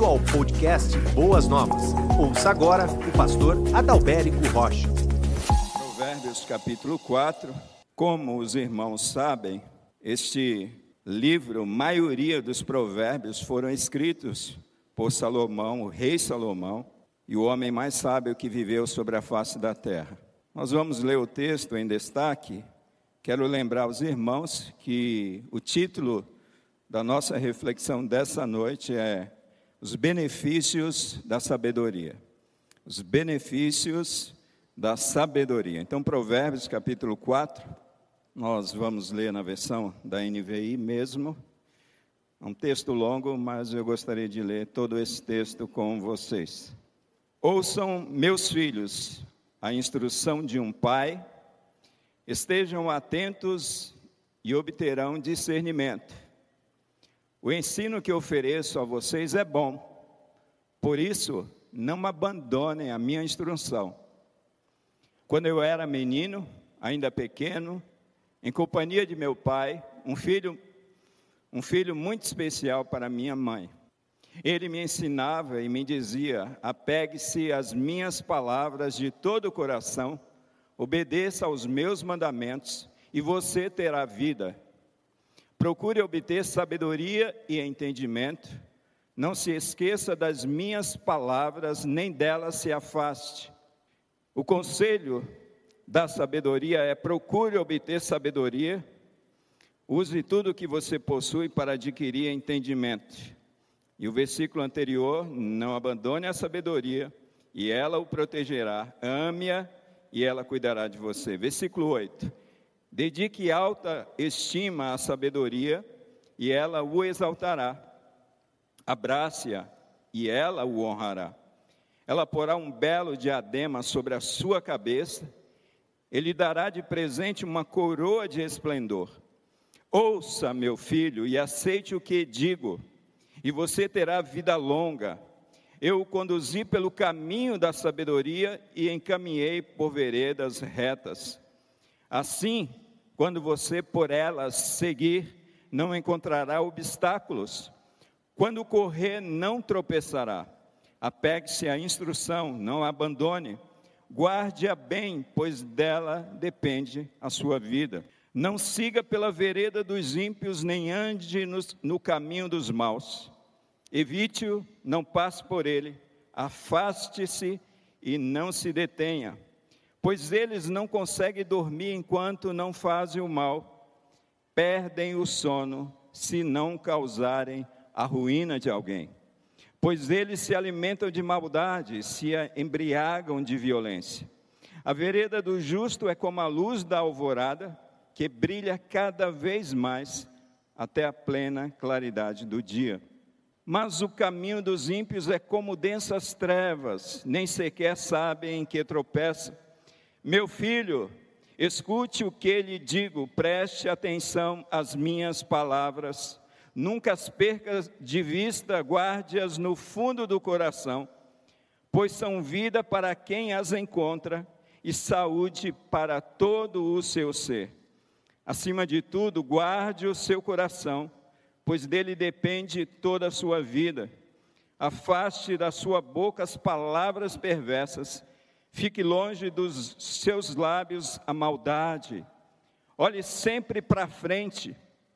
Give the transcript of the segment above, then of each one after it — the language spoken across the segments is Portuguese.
ao podcast Boas Novas. Ouça agora o pastor Adalberico Rocha. Provérbios capítulo 4. Como os irmãos sabem, este livro, maioria dos provérbios foram escritos por Salomão, o rei Salomão, e o homem mais sábio que viveu sobre a face da terra. Nós vamos ler o texto em destaque. Quero lembrar aos irmãos que o título da nossa reflexão dessa noite é Os benefícios da sabedoria. Os benefícios da sabedoria. Então, Provérbios capítulo 4, nós vamos ler na versão da NVI mesmo. É um texto longo, mas eu gostaria de ler todo esse texto com vocês. Ouçam, meus filhos, a instrução de um pai, estejam atentos e obterão discernimento. O ensino que ofereço a vocês é bom, por isso não abandonem a minha instrução. Quando eu era menino, ainda pequeno, em companhia de meu pai, um filho muito especial para minha mãe. Ele me ensinava e me dizia: apegue-se às minhas palavras de todo o coração, obedeça aos meus mandamentos e você terá vida. Procure obter sabedoria e entendimento. Não se esqueça das minhas palavras, nem delas se afaste. O conselho da sabedoria é: procure obter sabedoria. Use tudo o que você possui para adquirir entendimento. E o versículo anterior: não abandone a sabedoria, e ela o protegerá. Ame-a, e ela cuidará de você. Versículo 8. Dedique alta estima à sabedoria, e ela o exaltará. Abrace-a, e ela o honrará. Ela porá um belo diadema sobre a sua cabeça, ele dará de presente uma coroa de esplendor. Ouça, meu filho, e aceite o que digo, e você terá vida longa. Eu o conduzi pelo caminho da sabedoria e encaminhei por veredas retas. Assim, quando você por elas seguir, não encontrará obstáculos. Quando correr, não tropeçará. Apegue-se à instrução, não a abandone. Guarde-a bem, pois dela depende a sua vida. Não siga pela vereda dos ímpios, nem ande no caminho dos maus. Evite-o, não passe por ele. Afaste-se e não se detenha. Pois eles não conseguem dormir enquanto não fazem o mal. Perdem o sono se não causarem a ruína de alguém. Pois eles se alimentam de maldade, se embriagam de violência. A vereda do justo é como a luz da alvorada, que brilha cada vez mais até a plena claridade do dia. Mas o caminho dos ímpios é como densas trevas, nem sequer sabem em que tropeçam. Meu filho, escute o que lhe digo, preste atenção às minhas palavras. Nunca as perca de vista, guarde-as no fundo do coração, pois são vida para quem as encontra e saúde para todo o seu ser. Acima de tudo, guarde o seu coração, pois dele depende toda a sua vida. Afaste da sua boca as palavras perversas, fique longe dos seus lábios a maldade. Olhe sempre para frente.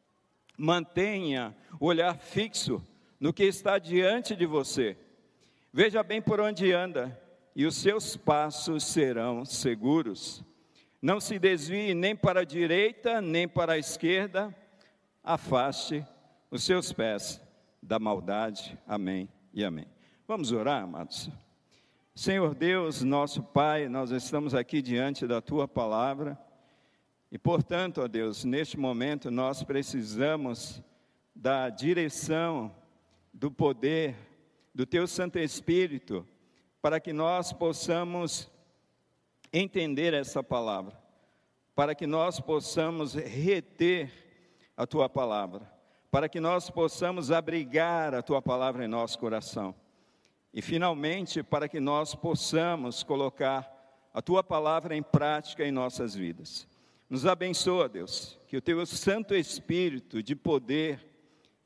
Mantenha o olhar fixo no que está diante de você. Veja bem por onde anda, e os seus passos serão seguros. Não se desvie nem para a direita, nem para a esquerda. Afaste os seus pés da maldade. Amém e amém. Vamos orar, amados. Senhor Deus, nosso Pai, nós estamos aqui diante da Tua palavra. E, portanto, ó Deus, neste momento nós precisamos da direção, do poder, do Teu Santo Espírito, para que nós possamos entender essa palavra, para que nós possamos reter a Tua palavra, para que nós possamos abrigar a Tua palavra em nosso coração. E, finalmente, para que nós possamos colocar a Tua palavra em prática em nossas vidas. Nos abençoa, Deus, que o Teu Santo Espírito de poder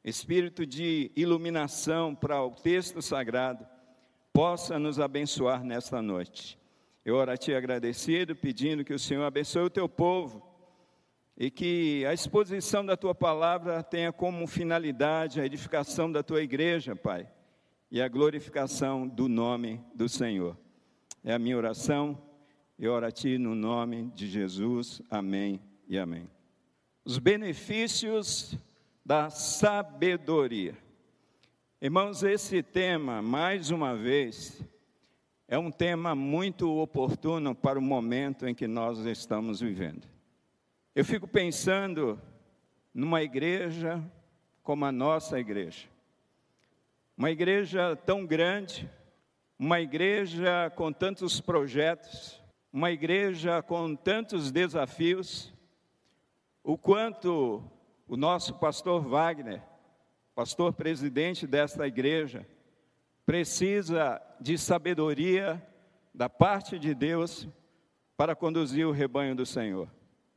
espírito de iluminação para o texto sagrado, possa nos abençoar nesta noite. Eu oro a Ti agradecido, pedindo que o Senhor abençoe o Teu povo e que a exposição da Tua palavra tenha como finalidade a edificação da Tua igreja, Pai, e a glorificação do nome do Senhor. É a minha oração, eu oro a Ti no nome de Jesus. Amém e amém. Os benefícios da sabedoria. Irmãos, esse tema, mais uma vez, é um tema muito oportuno para o momento em que nós estamos vivendo. Eu fico pensando numa igreja como a nossa igreja. Uma igreja tão grande, uma igreja com tantos projetos, uma igreja com tantos desafios, o quanto o nosso pastor Wagner, pastor presidente desta igreja, precisa de sabedoria da parte de Deus para conduzir o rebanho do Senhor.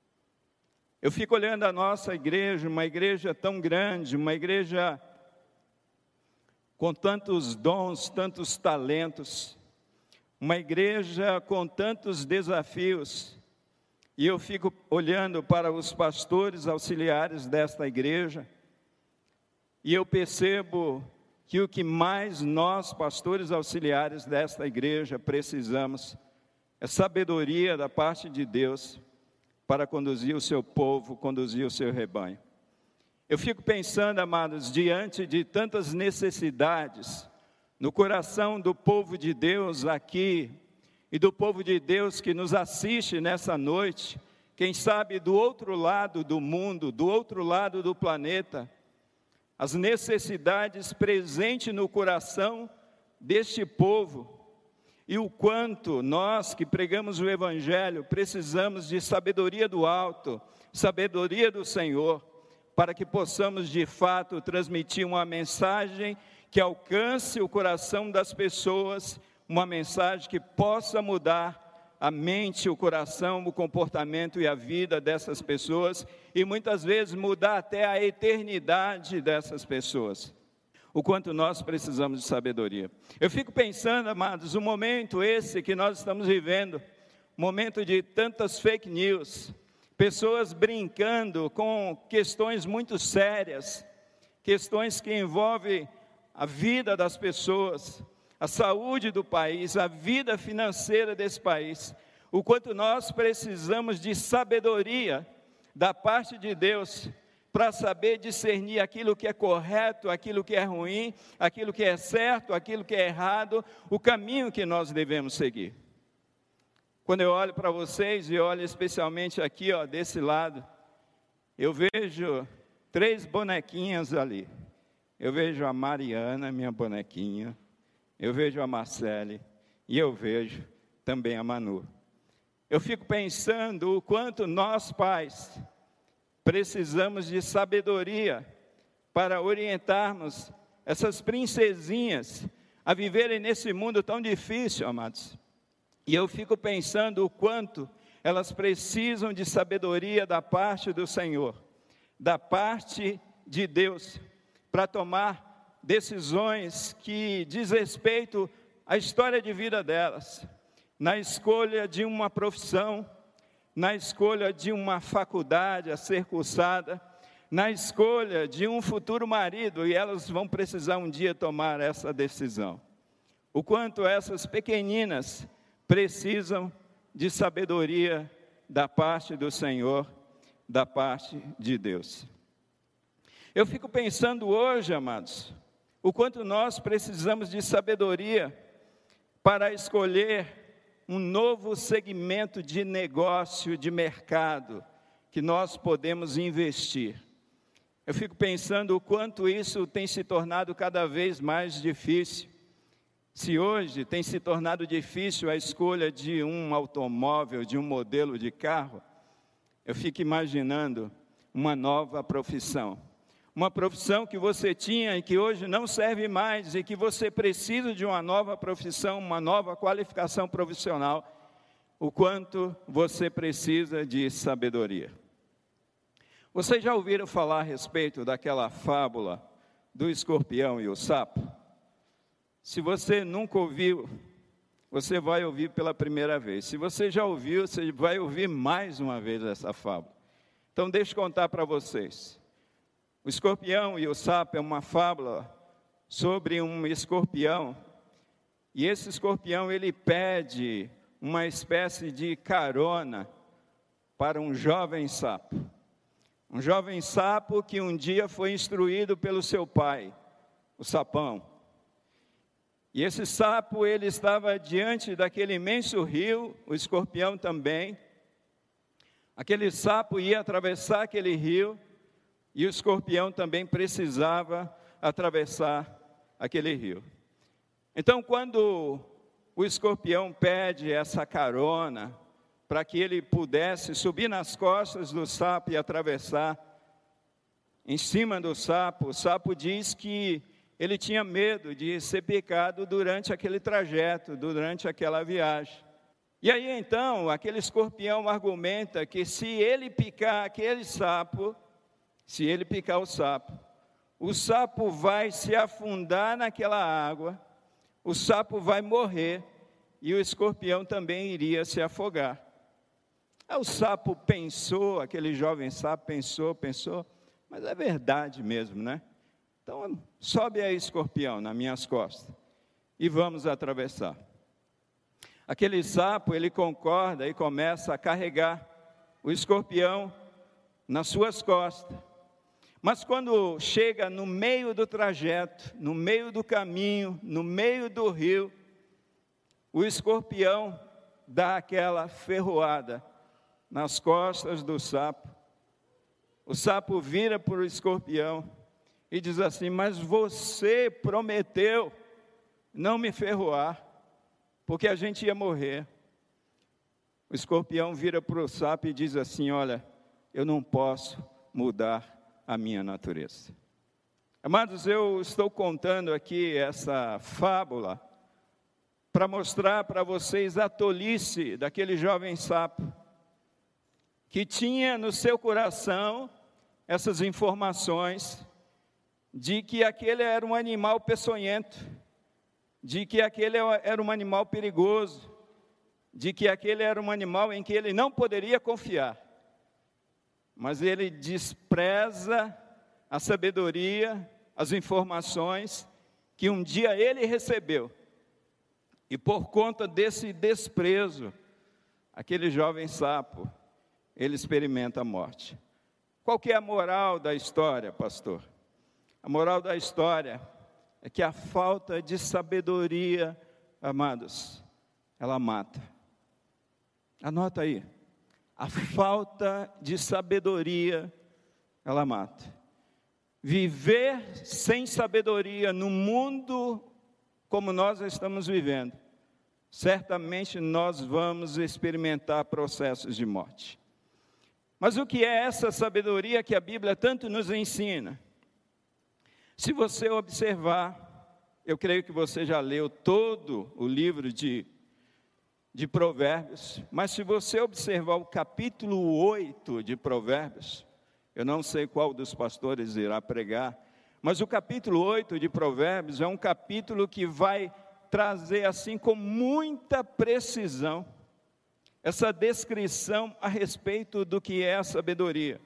Eu fico olhando a nossa igreja, uma igreja tão grande, uma igreja com tantos dons, tantos talentos, uma igreja com tantos desafios, e eu fico olhando para os pastores auxiliares desta igreja, e eu percebo que o que mais nós, pastores auxiliares desta igreja, precisamos é sabedoria da parte de Deus para conduzir o seu povo, conduzir o seu rebanho. Eu fico pensando, amados, diante de tantas necessidades no coração do povo de Deus aqui e do povo de Deus que nos assiste nessa noite, quem sabe do outro lado do mundo, do outro lado do planeta, as necessidades presentes no coração deste povo, e o quanto nós que pregamos o Evangelho precisamos de sabedoria do alto, sabedoria do Senhor, para que possamos de fato transmitir uma mensagem que alcance o coração das pessoas, uma mensagem que possa mudar a mente, o coração, o comportamento e a vida dessas pessoas, e muitas vezes mudar até a eternidade dessas pessoas. O quanto nós precisamos de sabedoria. Eu fico pensando, amados, o momento esse que nós estamos vivendo, momento de tantas fake news, pessoas brincando com questões muito sérias, questões que envolvem a vida das pessoas, a saúde do país, a vida financeira desse país, o quanto nós precisamos de sabedoria da parte de Deus, para saber discernir aquilo que é correto, aquilo que é ruim, aquilo que é certo, aquilo que é errado, o caminho que nós devemos seguir. Quando eu olho para vocês, e olho especialmente aqui, ó, desse lado, eu vejo 3 bonequinhas ali. Eu vejo a Mariana, minha bonequinha, eu vejo a Marcele, e eu vejo também a Manu. Eu fico pensando o quanto nós, pais, precisamos de sabedoria para orientarmos essas princesinhas a viverem nesse mundo tão difícil, amados. E eu fico pensando o quanto elas precisam de sabedoria da parte do Senhor, da parte de Deus, para tomar decisões que diz respeito à história de vida delas, na escolha de uma profissão, na escolha de uma faculdade a ser cursada, na escolha de um futuro marido, e elas vão precisar um dia tomar essa decisão. O quanto essas pequeninas precisam de sabedoria da parte do Senhor, da parte de Deus. Eu fico pensando hoje, amados, o quanto nós precisamos de sabedoria para escolher um novo segmento de negócio, de mercado, que nós podemos investir. Eu fico pensando o quanto isso tem se tornado cada vez mais difícil. Se hoje tem se tornado difícil a escolha de um automóvel, de um modelo de carro, eu fico imaginando uma nova profissão. Uma profissão que você tinha e que hoje não serve mais e que você precisa de uma nova profissão, uma nova qualificação profissional, o quanto você precisa de sabedoria. Vocês já ouviram falar a respeito daquela fábula do escorpião e o sapo? Se você nunca ouviu, você vai ouvir pela primeira vez. Se você já ouviu, você vai ouvir mais uma vez essa fábula. Então, deixa eu contar para vocês. O escorpião e o sapo é uma fábula sobre um escorpião. E esse escorpião, ele pede uma espécie de carona para um jovem sapo. Um jovem sapo que um dia foi instruído pelo seu pai, o sapão. E esse sapo, ele estava diante daquele imenso rio, o escorpião também. Aquele sapo ia atravessar aquele rio, e o escorpião também precisava atravessar aquele rio. Então, quando o escorpião pede essa carona, para que ele pudesse subir nas costas do sapo e atravessar em cima do sapo, o sapo diz que ele tinha medo de ser picado durante aquele trajeto, durante aquela viagem. E aí então, aquele escorpião argumenta que se ele picar aquele sapo, se ele picar o sapo vai se afundar naquela água, o sapo vai morrer e o escorpião também iria se afogar. Aí o sapo pensou, aquele jovem sapo pensou, mas é verdade mesmo, né? Então, sobe aí, escorpião, nas minhas costas e vamos atravessar. Aquele sapo, ele concorda e começa a carregar o escorpião nas suas costas. Mas quando chega no meio do trajeto, no meio do caminho, no meio do rio, o escorpião dá aquela ferroada nas costas do sapo. O sapo vira para o escorpião e diz assim: mas você prometeu não me ferroar, porque a gente ia morrer. O escorpião vira para o sapo e diz assim: olha, eu não posso mudar a minha natureza. Amados, eu estou contando aqui essa fábula para mostrar para vocês a tolice daquele jovem sapo, que tinha no seu coração essas informações de que aquele era um animal peçonhento, de que aquele era um animal perigoso, de que aquele era um animal em que ele não poderia confiar. Mas ele despreza a sabedoria, as informações que um dia ele recebeu. E por conta desse desprezo, aquele jovem sapo, ele experimenta a morte. Qual que é a moral da história, pastor? A moral da história é que a falta de sabedoria, amados, ela mata. Anota aí. A falta de sabedoria, ela mata. Viver sem sabedoria no mundo como nós estamos vivendo, certamente nós vamos experimentar processos de morte. Mas o que é essa sabedoria que a Bíblia tanto nos ensina? Se você observar, eu creio que você já leu todo o livro de Provérbios, mas se você observar o capítulo 8 de Provérbios, eu não sei qual dos pastores irá pregar, mas o capítulo 8 de Provérbios é um capítulo que vai trazer assim com muita precisão essa descrição a respeito do que é a sabedoria.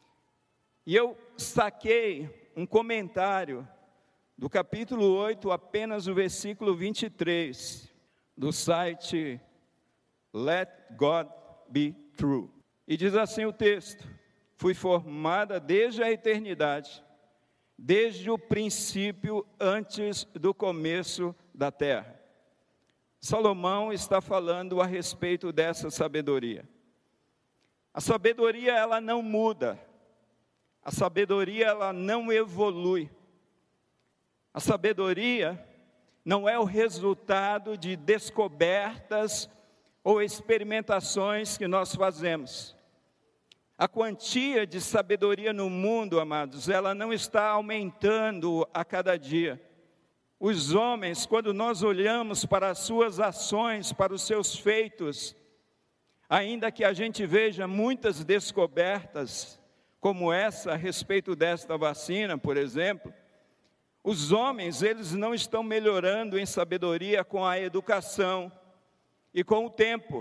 E eu saquei um comentário do capítulo 8, apenas o versículo 23, do site Let God Be True. E diz assim o texto: fui formada desde a eternidade, desde o princípio, antes do começo da terra. Salomão está falando a respeito dessa sabedoria. A sabedoria, ela não muda. A sabedoria, ela não evolui. A sabedoria não é o resultado de descobertas ou experimentações que nós fazemos. A quantia de sabedoria no mundo, amados, ela não está aumentando a cada dia. Os homens, quando nós olhamos para as suas ações, para os seus feitos, ainda que a gente veja muitas descobertas, como essa a respeito desta vacina, por exemplo, Os homens, eles não estão melhorando em sabedoria com a educação e com o tempo.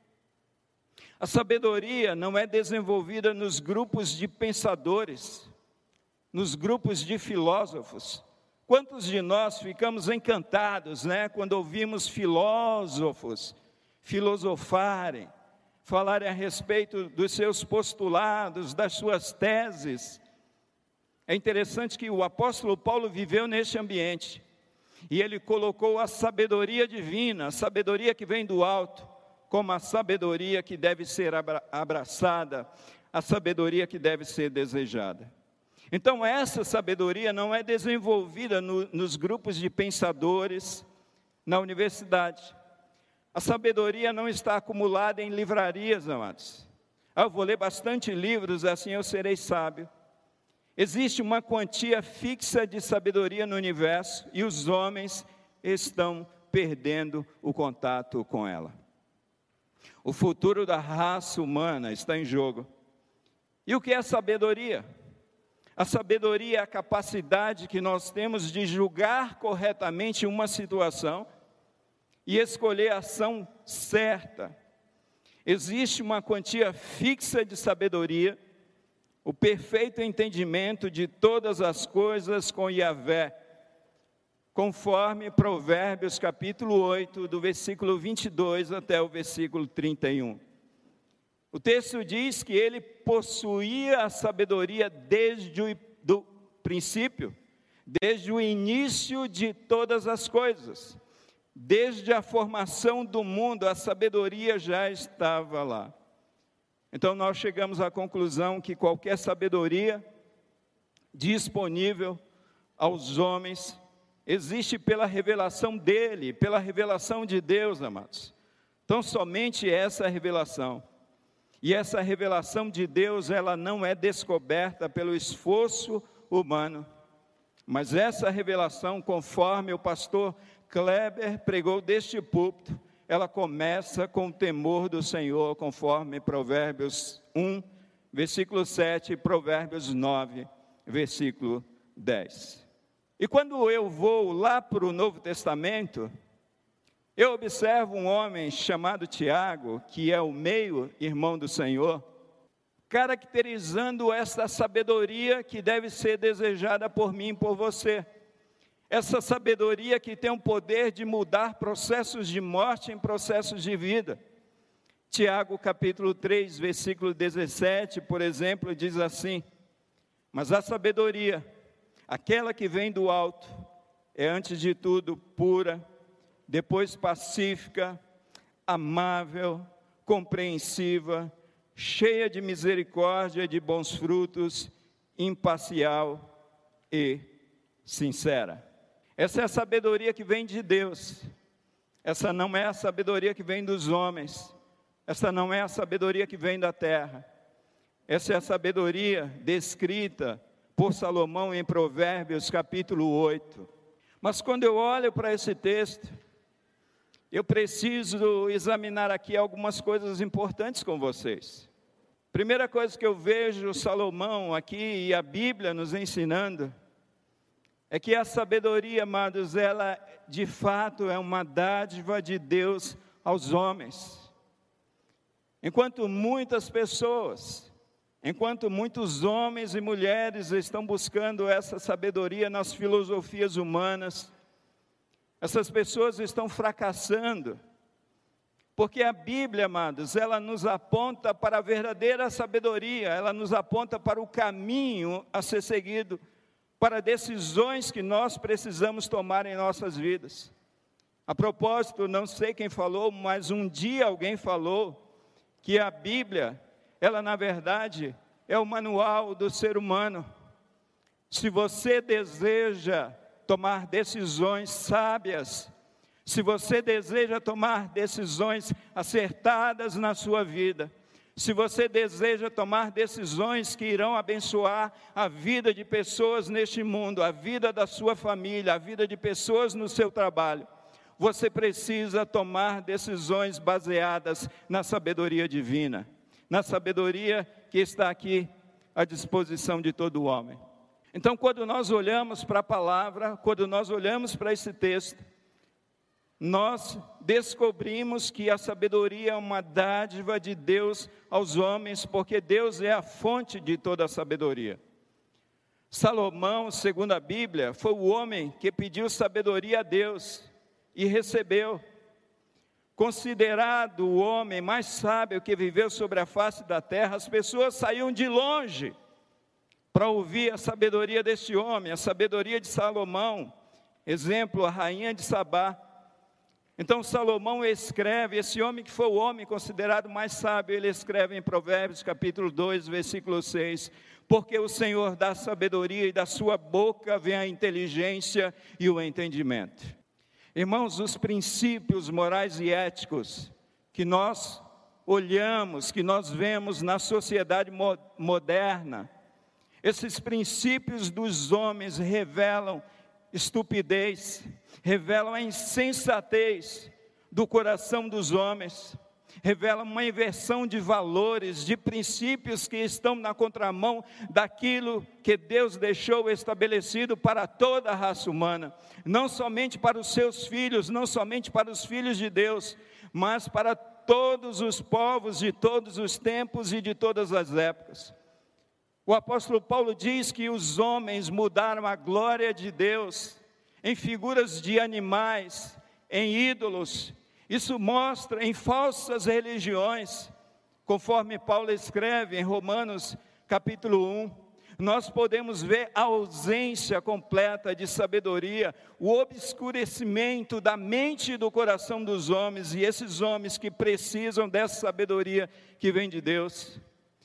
A sabedoria não é desenvolvida nos grupos de pensadores, nos grupos de filósofos. Quantos de nós ficamos encantados, quando ouvimos filósofos filosofarem, falarem a respeito dos seus postulados, das suas teses? É interessante que o apóstolo Paulo viveu neste ambiente, e ele colocou a sabedoria divina, a sabedoria que vem do alto, como a sabedoria que deve ser abraçada, a sabedoria que deve ser desejada. Então, essa sabedoria não é desenvolvida nos grupos de pensadores, na universidade. A sabedoria não está acumulada em livrarias, amados. Eu vou ler bastante livros, assim eu serei sábio. Existe uma quantia fixa de sabedoria no universo e os homens estão perdendo o contato com ela. O futuro da raça humana está em jogo. E o que é sabedoria? A sabedoria é a capacidade que nós temos de julgar corretamente uma situação e escolher a ação certa. Existe uma quantia fixa de sabedoria, o perfeito entendimento de todas as coisas com Yahvé, conforme Provérbios capítulo 8, do versículo 22 até o versículo 31. O texto diz que ele possuía a sabedoria desde o princípio, desde o início de todas as coisas. Desde a formação do mundo, a sabedoria já estava lá. Então nós chegamos à conclusão que qualquer sabedoria disponível aos homens existe pela revelação dele, pela revelação de Deus, amados. Então somente essa revelação. E essa revelação de Deus, ela não é descoberta pelo esforço humano. Mas essa revelação, conforme o pastor Kleber pregou deste púlpito, ela começa com o temor do Senhor, conforme Provérbios 1, versículo 7, e Provérbios 9, versículo 10. E quando eu vou lá para o Novo Testamento, eu observo um homem chamado Tiago, que é o meio-irmão do Senhor, caracterizando essa sabedoria que deve ser desejada por mim e por você. Essa sabedoria que tem o poder de mudar processos de morte em processos de vida. Tiago capítulo 3, versículo 17, por exemplo, diz assim: mas a sabedoria, aquela que vem do alto, é antes de tudo pura, depois pacífica, amável, compreensiva, cheia de misericórdia e de bons frutos, imparcial e sincera. Essa é a sabedoria que vem de Deus. Essa não é a sabedoria que vem dos homens. Essa não é a sabedoria que vem da terra. Essa é a sabedoria descrita por Salomão em Provérbios capítulo 8. Mas quando eu olho para esse texto, eu preciso examinar aqui algumas coisas importantes com vocês. Primeira coisa que eu vejo Salomão aqui e a Bíblia nos ensinando, é que a sabedoria, amados, ela de fato é uma dádiva de Deus aos homens. Enquanto muitas pessoas, enquanto muitos homens e mulheres estão buscando essa sabedoria nas filosofias humanas, essas pessoas estão fracassando, porque a Bíblia, amados, ela nos aponta para a verdadeira sabedoria, ela nos aponta para o caminho a ser seguido, para decisões que nós precisamos tomar em nossas vidas. A propósito, não sei quem falou, mas um dia alguém falou que a Bíblia, ela na verdade é o manual do ser humano. Se você deseja tomar decisões sábias, se você deseja tomar decisões acertadas na sua vida, se você deseja tomar decisões que irão abençoar a vida de pessoas neste mundo, a vida da sua família, a vida de pessoas no seu trabalho, você precisa tomar decisões baseadas na sabedoria divina, na sabedoria que está aqui à disposição de todo homem. Então, quando nós olhamos para a palavra, quando nós olhamos para esse texto, nós descobrimos que a sabedoria é uma dádiva de Deus aos homens, porque Deus é a fonte de toda a sabedoria. Salomão, segundo a Bíblia, foi o homem que pediu sabedoria a Deus e recebeu. Considerado o homem mais sábio que viveu sobre a face da terra, as pessoas saíam de longe para ouvir a sabedoria deste homem, a sabedoria de Salomão, exemplo, a rainha de Sabá. Então Salomão escreve, esse homem que foi o homem considerado mais sábio, ele escreve em Provérbios capítulo 2, versículo 6, porque o Senhor dá sabedoria e da sua boca vem a inteligência e o entendimento. Irmãos, os princípios morais e éticos que nós olhamos, que nós vemos na sociedade moderna, esses princípios dos homens revelam estupidez, revelam a insensatez do coração dos homens, revelam uma inversão de valores, de princípios que estão na contramão daquilo que Deus deixou estabelecido para toda a raça humana, não somente para os seus filhos, não somente para os filhos de Deus, mas para todos os povos de todos os tempos e de todas as épocas. O apóstolo Paulo diz que os homens mudaram a glória de Deus em figuras de animais, em ídolos. Isso mostra em falsas religiões, conforme Paulo escreve em Romanos capítulo 1. Nós podemos ver a ausência completa de sabedoria, o obscurecimento da mente e do coração dos homens, e esses homens que precisam dessa sabedoria que vem de Deus.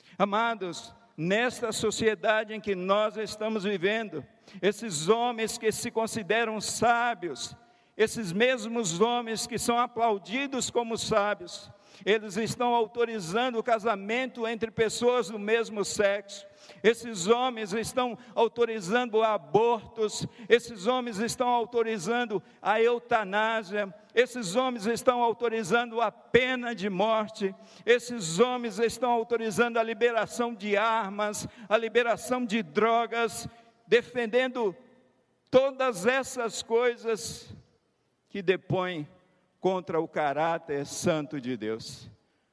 Amados, nesta sociedade em que nós estamos vivendo, esses homens que se consideram sábios, esses mesmos homens que são aplaudidos como sábios, eles estão autorizando o casamento entre pessoas do mesmo sexo. Esses homens estão autorizando abortos, esses homens estão autorizando a eutanásia, esses homens estão autorizando a pena de morte, esses homens estão autorizando a liberação de armas, a liberação de drogas, defendendo todas essas coisas que depõem contra o caráter santo de Deus.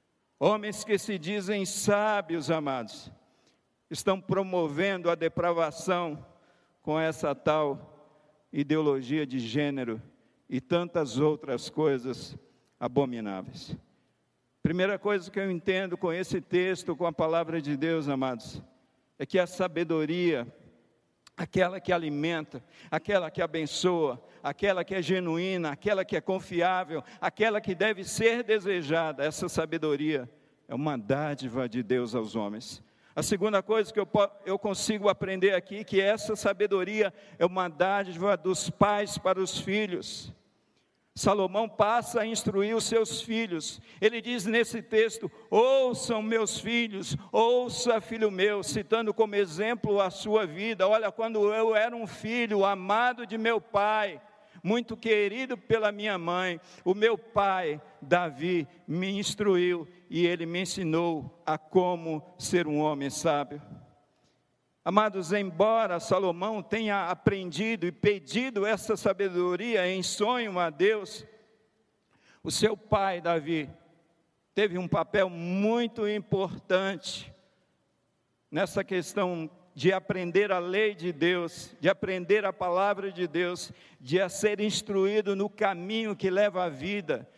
Homens que se dizem sábios, amados, estão promovendo a depravação com essa tal ideologia de gênero e tantas outras coisas abomináveis. Primeira coisa que eu entendo com esse texto, com a palavra de Deus, amados, é que a sabedoria, aquela que alimenta, aquela que abençoa, aquela que é genuína, aquela que é confiável, aquela que deve ser desejada, essa sabedoria é uma dádiva de Deus aos homens. A segunda coisa que eu consigo aprender aqui, que essa sabedoria é uma dádiva dos pais para os filhos. Salomão passa a instruir os seus filhos. Ele diz nesse texto: ouçam meus filhos, ouça filho meu, citando como exemplo a sua vida. Olha, quando eu era um filho amado de meu pai, muito querido pela minha mãe, o meu pai, Davi, me instruiu e ele me ensinou a como ser um homem sábio. Amados, embora Salomão tenha aprendido e pedido essa sabedoria em sonho a Deus, o seu pai, Davi, teve um papel muito importante nessa questão de aprender a lei de Deus, de aprender a palavra de Deus, de ser instruído no caminho que leva à vida,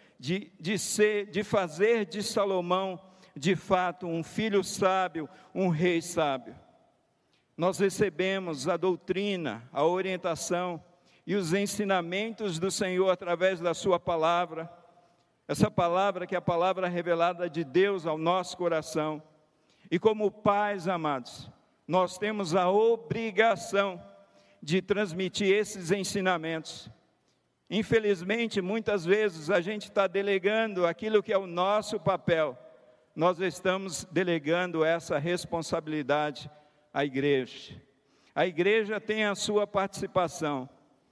de fazer de Salomão, de fato, um filho sábio, um rei sábio. Nós recebemos a doutrina, a orientação e os ensinamentos do Senhor através da sua palavra, essa palavra que é a palavra revelada de Deus ao nosso coração. E como pais amados, nós temos a obrigação de transmitir esses ensinamentos. Infelizmente, muitas vezes a gente está delegando aquilo que é o nosso papel, nós estamos delegando essa responsabilidade à igreja. A igreja tem a sua participação,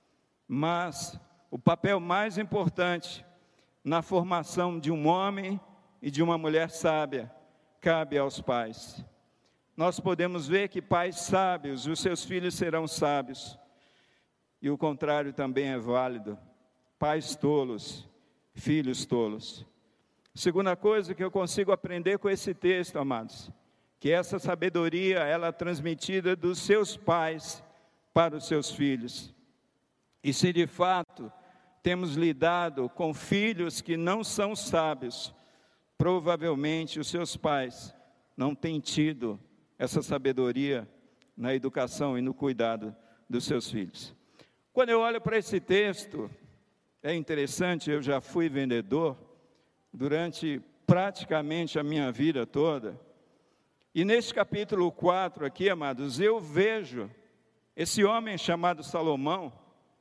mas o papel mais importante na formação de um homem e de uma mulher sábia cabe aos pais. nós podemos ver que pais sábios, os seus filhos serão sábios. E o contrário também é válido. Pais tolos, filhos tolos. Segunda coisa que eu consigo aprender com esse texto, amados, que essa sabedoria, ela é transmitida dos seus pais para os seus filhos. E se de fato temos lidado com filhos que não são sábios, provavelmente os seus pais não têm tido essa sabedoria na educação e no cuidado dos seus filhos. Quando eu olho para esse texto, é interessante, eu já fui vendedor durante praticamente a minha vida toda, e nesse capítulo 4 aqui, amados, eu vejo esse homem chamado Salomão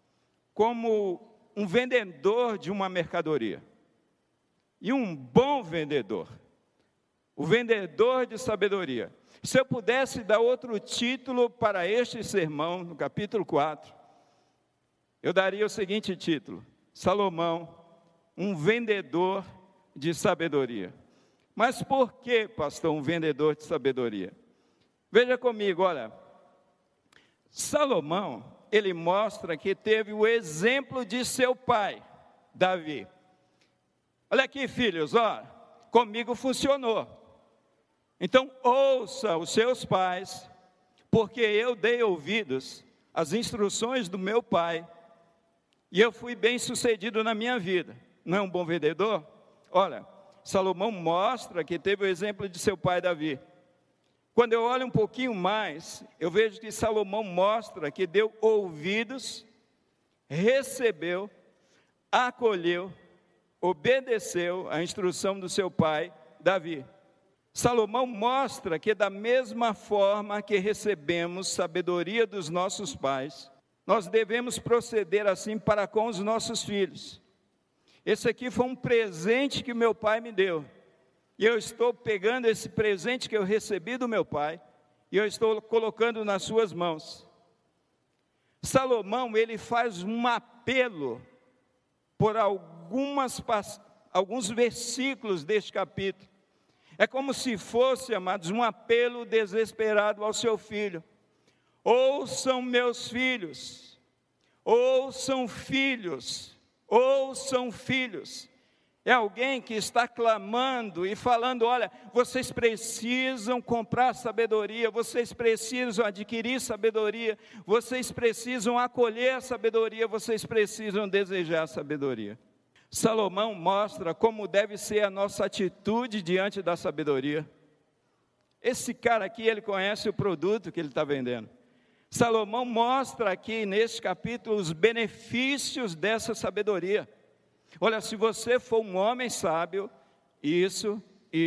como um vendedor de uma mercadoria, e um bom vendedor, o vendedor de sabedoria. Se eu pudesse dar outro título para este sermão, no capítulo 4, eu daria o seguinte título: Salomão, um vendedor de sabedoria. Mas por que, pastor, um vendedor de sabedoria? Veja comigo, olha, Salomão, ele mostra que teve o exemplo de seu pai, Davi. Olha aqui, filhos, ó, comigo funcionou. Então, ouça os seus pais, porque eu dei ouvidos às instruções do meu pai, e eu fui bem sucedido na minha vida. Não é um bom vendedor? Olha, Salomão mostra que teve o exemplo de seu pai Davi. Quando eu olho um pouquinho mais, eu vejo que Salomão mostra que deu ouvidos, recebeu, acolheu, obedeceu à instrução do seu pai Davi. Salomão mostra que da mesma forma que recebemos sabedoria dos nossos pais, nós devemos proceder assim para com os nossos filhos. Esse aqui foi um presente que meu pai me deu. E eu estou pegando esse presente que eu recebi do meu pai, e eu estou colocando nas suas mãos. Salomão, ele faz um apelo por alguns versículos deste capítulo. É como se fosse, amados, um apelo desesperado ao seu filho. Ouçam meus filhos, ouçam filhos, ouçam filhos. É alguém que está clamando e falando, olha, vocês precisam comprar sabedoria, vocês precisam adquirir sabedoria, vocês precisam acolher a sabedoria, vocês precisam desejar a sabedoria. Salomão mostra como deve ser a nossa atitude diante da sabedoria. Esse cara aqui, ele conhece o produto que ele está vendendo. Salomão mostra aqui nesse capítulo os benefícios dessa sabedoria. Olha, se você for um homem sábio, isso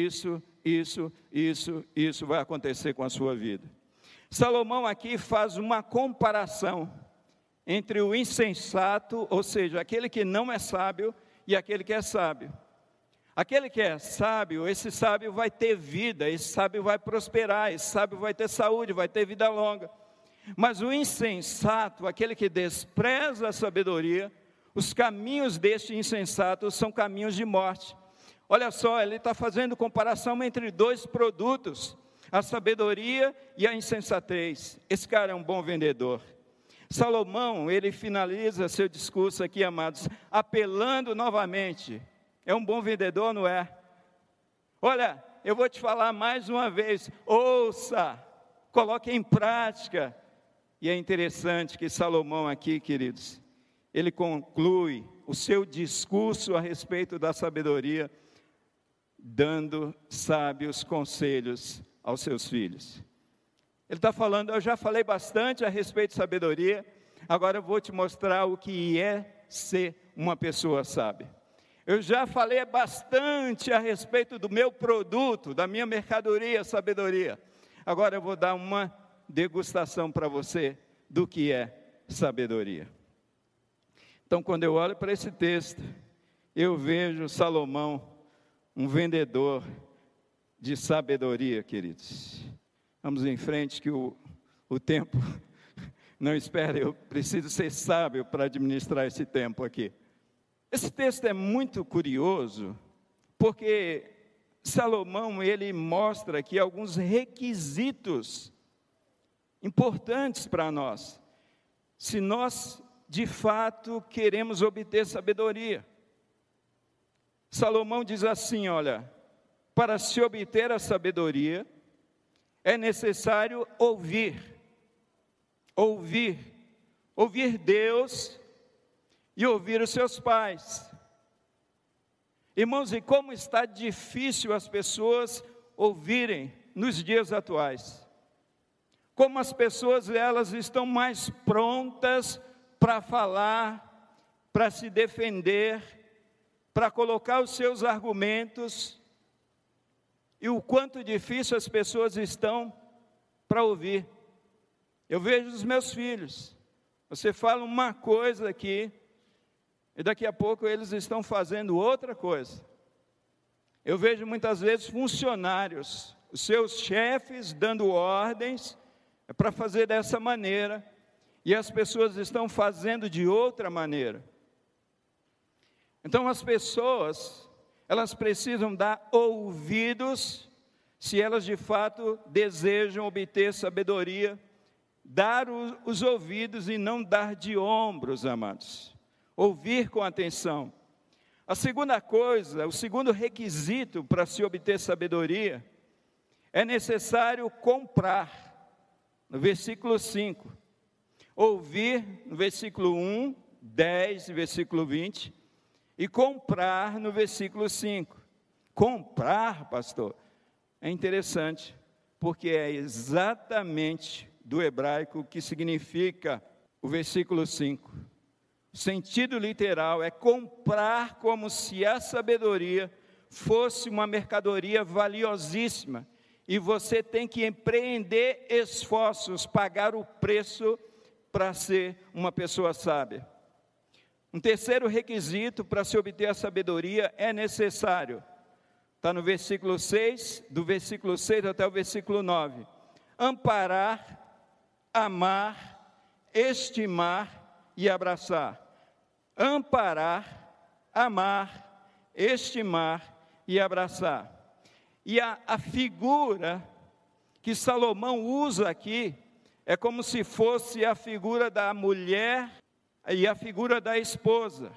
vai acontecer com a sua vida. Salomão aqui faz uma comparação entre o insensato, ou seja, aquele que não é sábio, e aquele que é sábio. Aquele que é sábio, esse sábio vai ter vida, esse sábio vai prosperar, esse sábio vai ter saúde, vai ter vida longa. Mas o insensato, aquele que despreza a sabedoria, os caminhos deste insensato são caminhos de morte. Olha só, ele está fazendo comparação entre dois produtos, a sabedoria e a insensatez. Esse cara é um bom vendedor. Salomão, ele finaliza seu discurso aqui, amados, apelando novamente. É um bom vendedor, não é? Olha, eu vou te falar mais uma vez, ouça, coloque em prática. E é interessante que Salomão aqui, queridos, ele conclui o seu discurso a respeito da sabedoria, dando sábios conselhos aos seus filhos. Ele está falando, eu já falei bastante a respeito de sabedoria, agora eu vou te mostrar o que é ser uma pessoa sábia. Eu já falei bastante a respeito do meu produto, da minha mercadoria, sabedoria. Agora eu vou dar uma degustação para você do que é sabedoria. Então, quando eu olho para esse texto, eu vejo Salomão, um vendedor de sabedoria, queridos. Vamos em frente, que o tempo não espera, eu preciso ser sábio para administrar esse tempo aqui. Esse texto é muito curioso, porque Salomão, ele mostra aqui alguns requisitos importantes para nós, se nós de fato queremos obter sabedoria. Salomão diz assim, olha, para se obter a sabedoria, é necessário ouvir Deus e ouvir os seus pais. Irmãos, e como está difícil as pessoas ouvirem nos dias atuais. Como as pessoas, elas estão mais prontas para falar, para se defender, para colocar os seus argumentos, e o quanto difícil as pessoas estão para ouvir. Eu vejo os meus filhos, você fala uma coisa aqui, e daqui a pouco eles estão fazendo outra coisa. Eu vejo muitas vezes funcionários, os seus chefes dando ordens para fazer dessa maneira, e as pessoas estão fazendo de outra maneira. Então as pessoas, elas precisam dar ouvidos, se elas de fato desejam obter sabedoria, dar os ouvidos e não dar de ombros, amados. Ouvir com atenção. A segunda coisa, o segundo requisito para se obter sabedoria, é necessário comprar. No versículo 5. Ouvir, no versículo 1, 10 e versículo 20. E comprar, no versículo 5. Comprar, pastor, é interessante, porque é exatamente do hebraico que significa o versículo 5. O sentido literal é comprar como se a sabedoria fosse uma mercadoria valiosíssima, e você tem que empreender esforços, pagar o preço para ser uma pessoa sábia. Um terceiro requisito para se obter a sabedoria é necessário, está no versículo 6, do versículo 6 até o versículo 9, amparar, amar, estimar e abraçar. Amparar, amar, estimar e abraçar. E a figura que Salomão usa aqui é como se fosse a figura da mulher e a figura da esposa.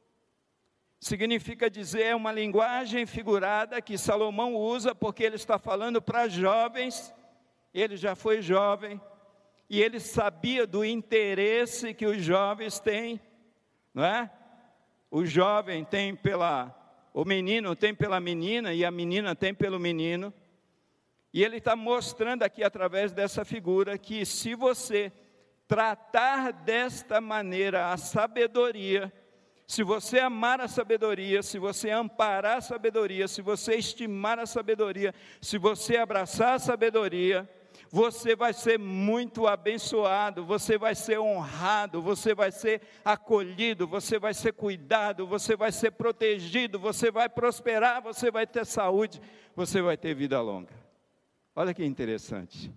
Significa dizer, é uma linguagem figurada que Salomão usa porque ele está falando para jovens. Ele já foi jovem e ele sabia do interesse que os jovens têm, não é? O jovem tem o menino tem pela menina e a menina tem pelo menino. E ele está mostrando aqui através dessa figura que se você tratar desta maneira a sabedoria, se você amar a sabedoria, se você amparar a sabedoria, se você estimar a sabedoria, se você abraçar a sabedoria, você vai ser muito abençoado, você vai ser honrado, você vai ser acolhido, você vai ser cuidado, você vai ser protegido, você vai prosperar, você vai ter saúde, você vai ter vida longa. Olha que interessante.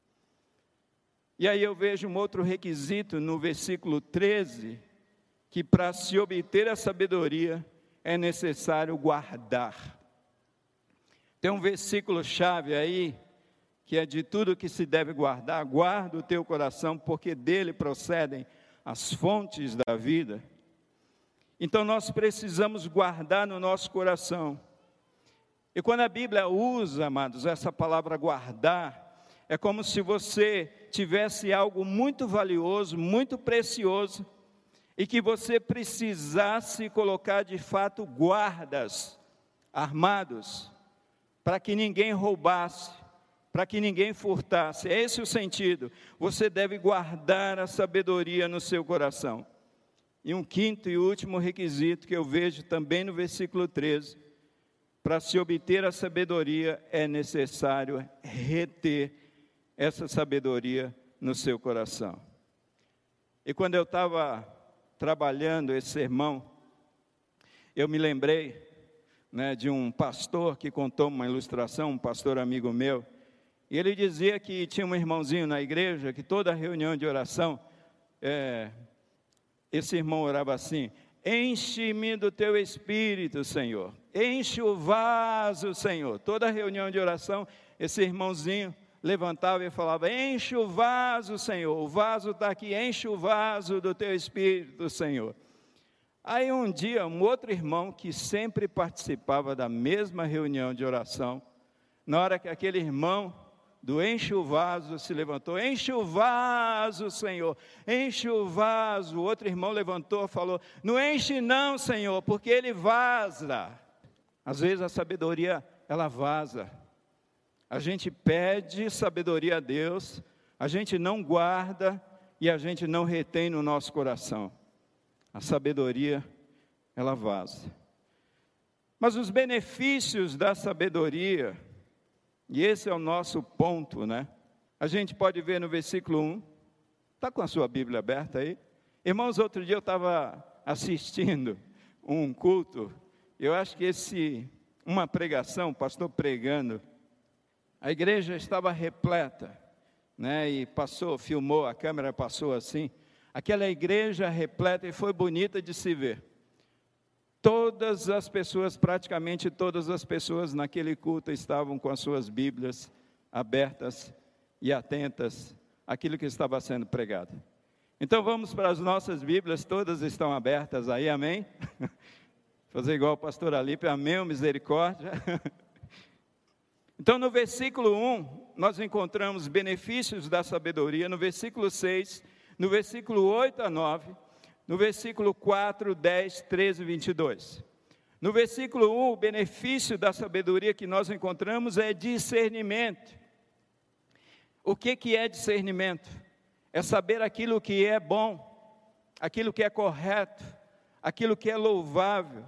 E aí eu vejo um outro requisito no versículo 13, que para se obter a sabedoria é necessário guardar. Tem um versículo chave aí, que é de tudo que se deve guardar, guarda o teu coração, porque dele procedem as fontes da vida. Então nós precisamos guardar no nosso coração. E quando a Bíblia usa, amados, essa palavra guardar, é como se você tivesse algo muito valioso, muito precioso, e que você precisasse colocar de fato guardas armados, para que ninguém roubasse, para que ninguém furtasse. É esse o sentido. Você deve guardar a sabedoria no seu coração. E um quinto e último requisito que eu vejo também no versículo 13, para se obter a sabedoria é necessário reter essa sabedoria no seu coração. E quando eu estava trabalhando esse sermão, eu me lembrei, de um pastor que contou uma ilustração, um pastor amigo meu, e ele dizia que tinha um irmãozinho na igreja, que toda reunião de oração, esse irmão orava assim: enche-me do teu Espírito, Senhor. Enche o vaso, Senhor. Toda reunião de oração, esse irmãozinho levantava e falava: enche o vaso, Senhor. O vaso está aqui, enche o vaso do teu Espírito, Senhor. Aí um dia, um outro irmão que sempre participava da mesma reunião de oração, na hora que aquele irmão do enche o vaso se levantou: enche o vaso, Senhor, enche o vaso. O outro irmão levantou e falou: não enche não, Senhor, porque ele vaza. Às vezes a sabedoria, ela vaza. A gente pede sabedoria a Deus, a gente não guarda e a gente não retém no nosso coração. A sabedoria, ela vaza. Mas os benefícios da sabedoria, e esse é o nosso ponto, né? A gente pode ver no versículo 1. Está com a sua Bíblia aberta aí? Irmãos, outro dia eu estava assistindo um culto. Eu acho que uma pregação, o pastor pregando, a igreja estava repleta, né? E filmou, a câmera passou assim. Aquela igreja repleta, e foi bonita de se ver. Todas as pessoas, praticamente todas as pessoas naquele culto estavam com as suas Bíblias abertas e atentas àquilo que estava sendo pregado. Então vamos para as nossas Bíblias, todas estão abertas aí, amém? Fazer igual o pastor Alípio, amém, misericórdia. Então no versículo 1, nós encontramos benefícios da sabedoria. No versículo 6, no versículo 8 a 9, no versículo 4, 10, 13 e 22. No versículo 1, o benefício da sabedoria que nós encontramos é discernimento. O que é discernimento? É saber aquilo que é bom, aquilo que é correto, aquilo que é louvável.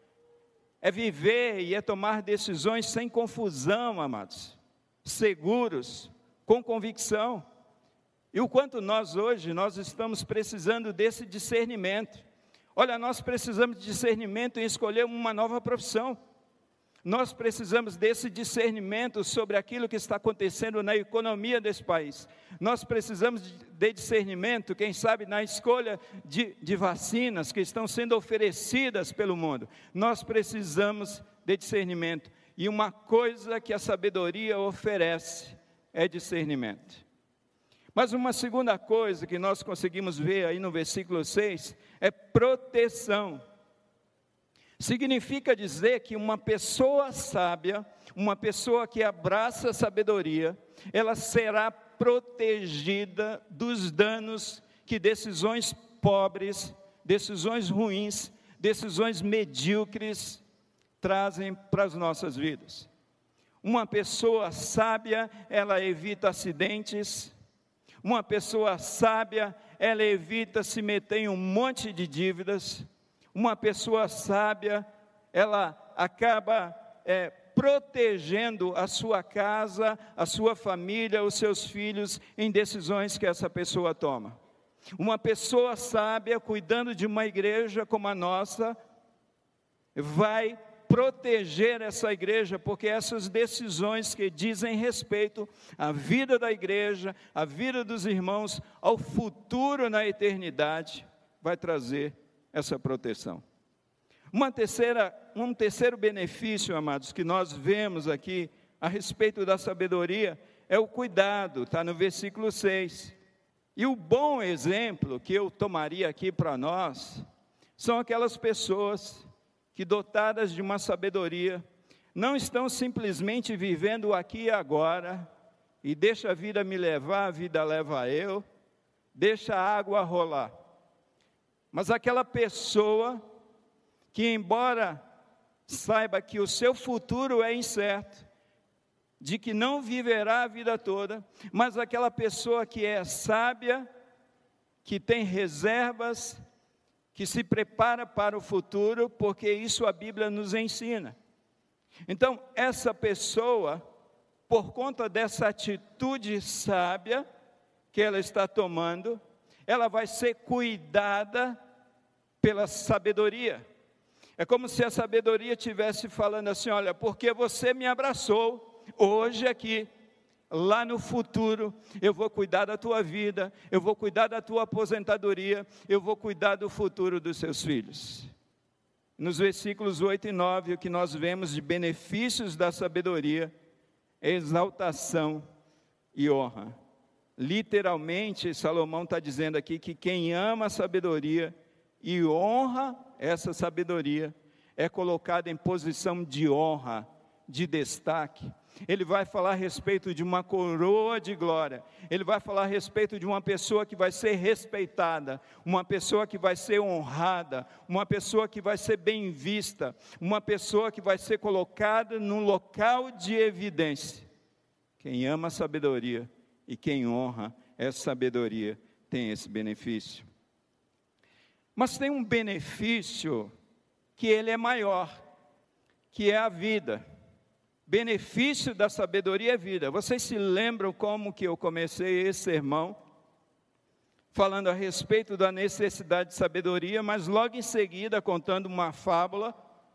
É viver e é tomar decisões sem confusão, amados, seguros, com convicção. E o quanto nós estamos precisando desse discernimento. Olha, nós precisamos de discernimento em escolher uma nova profissão. Nós precisamos desse discernimento sobre aquilo que está acontecendo na economia desse país. Nós precisamos de discernimento, quem sabe, na escolha de vacinas que estão sendo oferecidas pelo mundo. Nós precisamos de discernimento. E uma coisa que a sabedoria oferece é discernimento. Mas uma segunda coisa que nós conseguimos ver aí no versículo 6 é proteção. Significa dizer que uma pessoa sábia, uma pessoa que abraça a sabedoria, ela será protegida dos danos que decisões pobres, decisões ruins, decisões medíocres trazem para as nossas vidas. Uma pessoa sábia, ela evita acidentes. Uma pessoa sábia, ela evita se meter em um monte de dívidas. Uma pessoa sábia, ela acaba protegendo a sua casa, a sua família, os seus filhos, em decisões que essa pessoa toma. Uma pessoa sábia, cuidando de uma igreja como a nossa, vai proteger essa igreja, porque essas decisões que dizem respeito à vida da igreja, à vida dos irmãos, ao futuro na eternidade, vai trazer essa proteção. Um terceiro benefício, amados, que nós vemos aqui a respeito da sabedoria, é o cuidado, está no versículo 6. E o bom exemplo que eu tomaria aqui para nós, são aquelas pessoas que, dotadas de uma sabedoria, não estão simplesmente vivendo aqui e agora, e deixa a vida me levar, a vida leva eu, deixa a água rolar. Mas aquela pessoa que, embora saiba que o seu futuro é incerto, de que não viverá a vida toda, mas aquela pessoa que é sábia, que tem reservas, que se prepara para o futuro, porque isso a Bíblia nos ensina. Então, essa pessoa, por conta dessa atitude sábia que ela está tomando, ela vai ser cuidada pela sabedoria. É como se a sabedoria estivesse falando assim: olha, porque você me abraçou hoje aqui, lá no futuro, eu vou cuidar da tua vida, eu vou cuidar da tua aposentadoria, eu vou cuidar do futuro dos seus filhos. Nos versículos 8 e 9, o que nós vemos de benefícios da sabedoria é exaltação e honra. Literalmente, Salomão está dizendo aqui que quem ama a sabedoria e honra essa sabedoria é colocado em posição de honra, de destaque. Ele vai falar a respeito de uma coroa de glória, ele vai falar a respeito de uma pessoa que vai ser respeitada, uma pessoa que vai ser honrada, uma pessoa que vai ser bem vista, uma pessoa que vai ser colocada num local de evidência. Quem ama a sabedoria e quem honra essa sabedoria tem esse benefício. Mas tem um benefício que ele é maior, que é a vida. Benefício da sabedoria é vida. Vocês se lembram como que eu comecei esse sermão? Falando a respeito da necessidade de sabedoria, mas logo em seguida contando uma fábula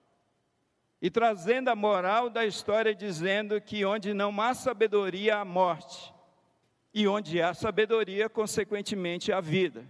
e trazendo a moral da história, dizendo que onde não há sabedoria, há morte. E onde há sabedoria, consequentemente, há vida.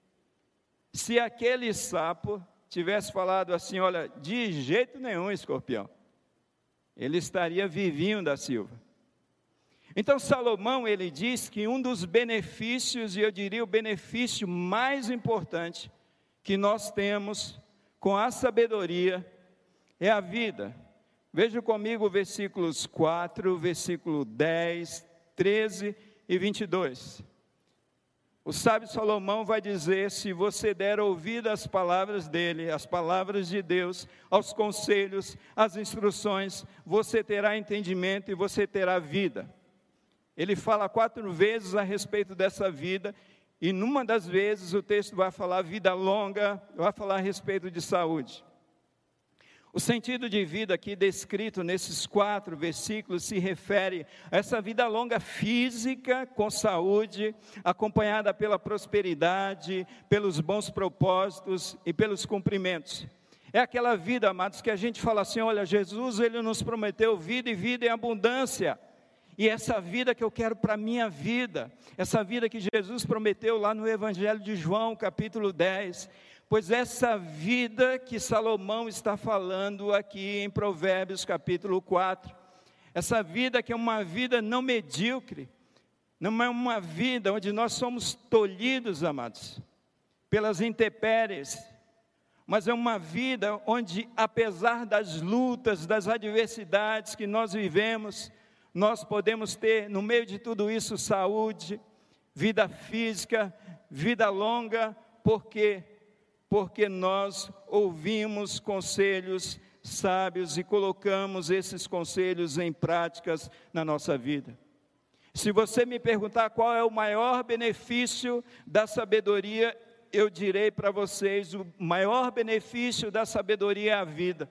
Se aquele sapo tivesse falado assim, olha, de jeito nenhum, escorpião, ele estaria vivinho da Silva. Então Salomão, ele diz que um dos benefícios, e eu diria o benefício mais importante que nós temos com a sabedoria, é a vida. Veja comigo versículos 4, versículo 10, 13 e 22. O sábio Salomão vai dizer, se você der ouvido às palavras dele, às palavras de Deus, aos conselhos, às instruções, você terá entendimento e você terá vida. Ele fala 4 vezes a respeito dessa vida, e numa das vezes o texto vai falar vida longa, vai falar a respeito de saúde. O sentido de vida aqui descrito nesses 4 versículos se refere a essa vida longa física, com saúde, acompanhada pela prosperidade, pelos bons propósitos e pelos cumprimentos. É aquela vida, amados, que a gente fala assim, olha, Jesus, ele nos prometeu vida e vida em abundância. E essa vida que eu quero para a minha vida, essa vida que Jesus prometeu lá no Evangelho de João, capítulo 10, pois essa vida que Salomão está falando aqui em Provérbios capítulo 4, essa vida que é uma vida não medíocre, não é uma vida onde nós somos tolhidos, amados, pelas intempéries, mas é uma vida onde, apesar das lutas, das adversidades que nós vivemos, nós podemos ter, no meio de tudo isso, saúde, vida física, vida longa, porque nós ouvimos conselhos sábios e colocamos esses conselhos em práticas na nossa vida. Se você me perguntar qual é o maior benefício da sabedoria, eu direi para vocês, o maior benefício da sabedoria é a vida.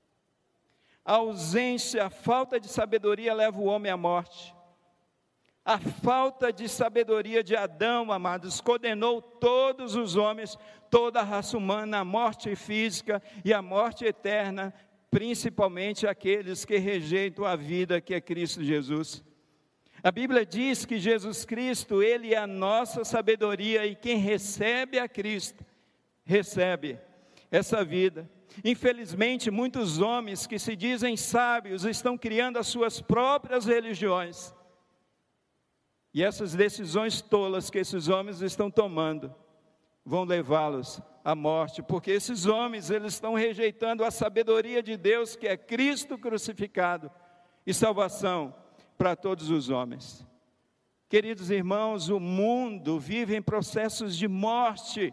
A ausência, a falta de sabedoria leva o homem à morte. A falta de sabedoria de Adão, amados, condenou todos os homens, toda a raça humana, à morte física e à morte eterna, principalmente aqueles que rejeitam a vida que é Cristo Jesus. A Bíblia diz que Jesus Cristo, ele é a nossa sabedoria, e quem recebe a Cristo, recebe essa vida. Infelizmente, muitos homens que se dizem sábios estão criando as suas próprias religiões. E essas decisões tolas que esses homens estão tomando vão levá-los à morte, porque esses homens, eles estão rejeitando a sabedoria de Deus, que é Cristo crucificado e salvação para todos os homens. Queridos irmãos, o mundo vive em processos de morte,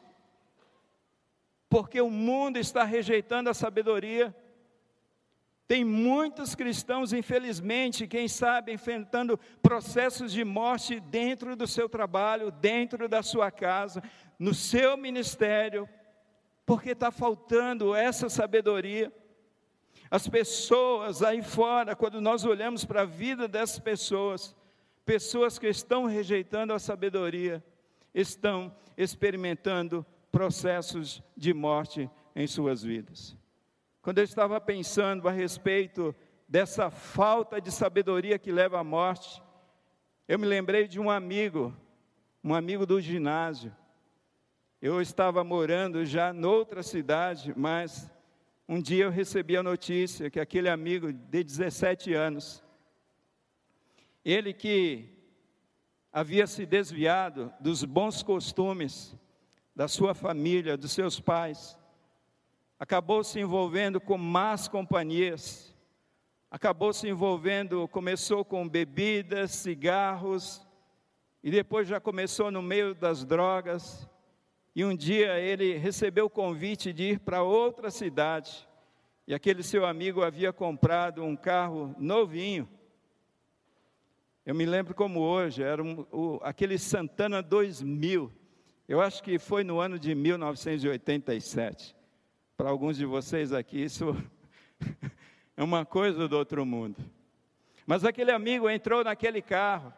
porque o mundo está rejeitando a sabedoria. Tem muitos cristãos, infelizmente, quem sabe, enfrentando processos de morte dentro do seu trabalho, dentro da sua casa, no seu ministério, porque está faltando essa sabedoria. As pessoas aí fora, quando nós olhamos para a vida dessas pessoas, pessoas que estão rejeitando a sabedoria, estão experimentando processos de morte em suas vidas. Quando eu estava pensando a respeito dessa falta de sabedoria que leva à morte, Eu me lembrei de um amigo do ginásio. Eu estava morando já noutra cidade, mas um dia eu recebi a notícia que aquele amigo de 17 anos, ele que havia se desviado dos bons costumes da sua família, dos seus pais, acabou se envolvendo com más companhias, começou com bebidas, cigarros, e depois já começou no meio das drogas, e um dia ele recebeu o convite de ir para outra cidade, e aquele seu amigo havia comprado um carro novinho. Eu me lembro como hoje, era aquele Santana 2000, eu acho que foi no ano de 1987. Para alguns de vocês aqui, isso é uma coisa do outro mundo. Mas aquele amigo entrou naquele carro,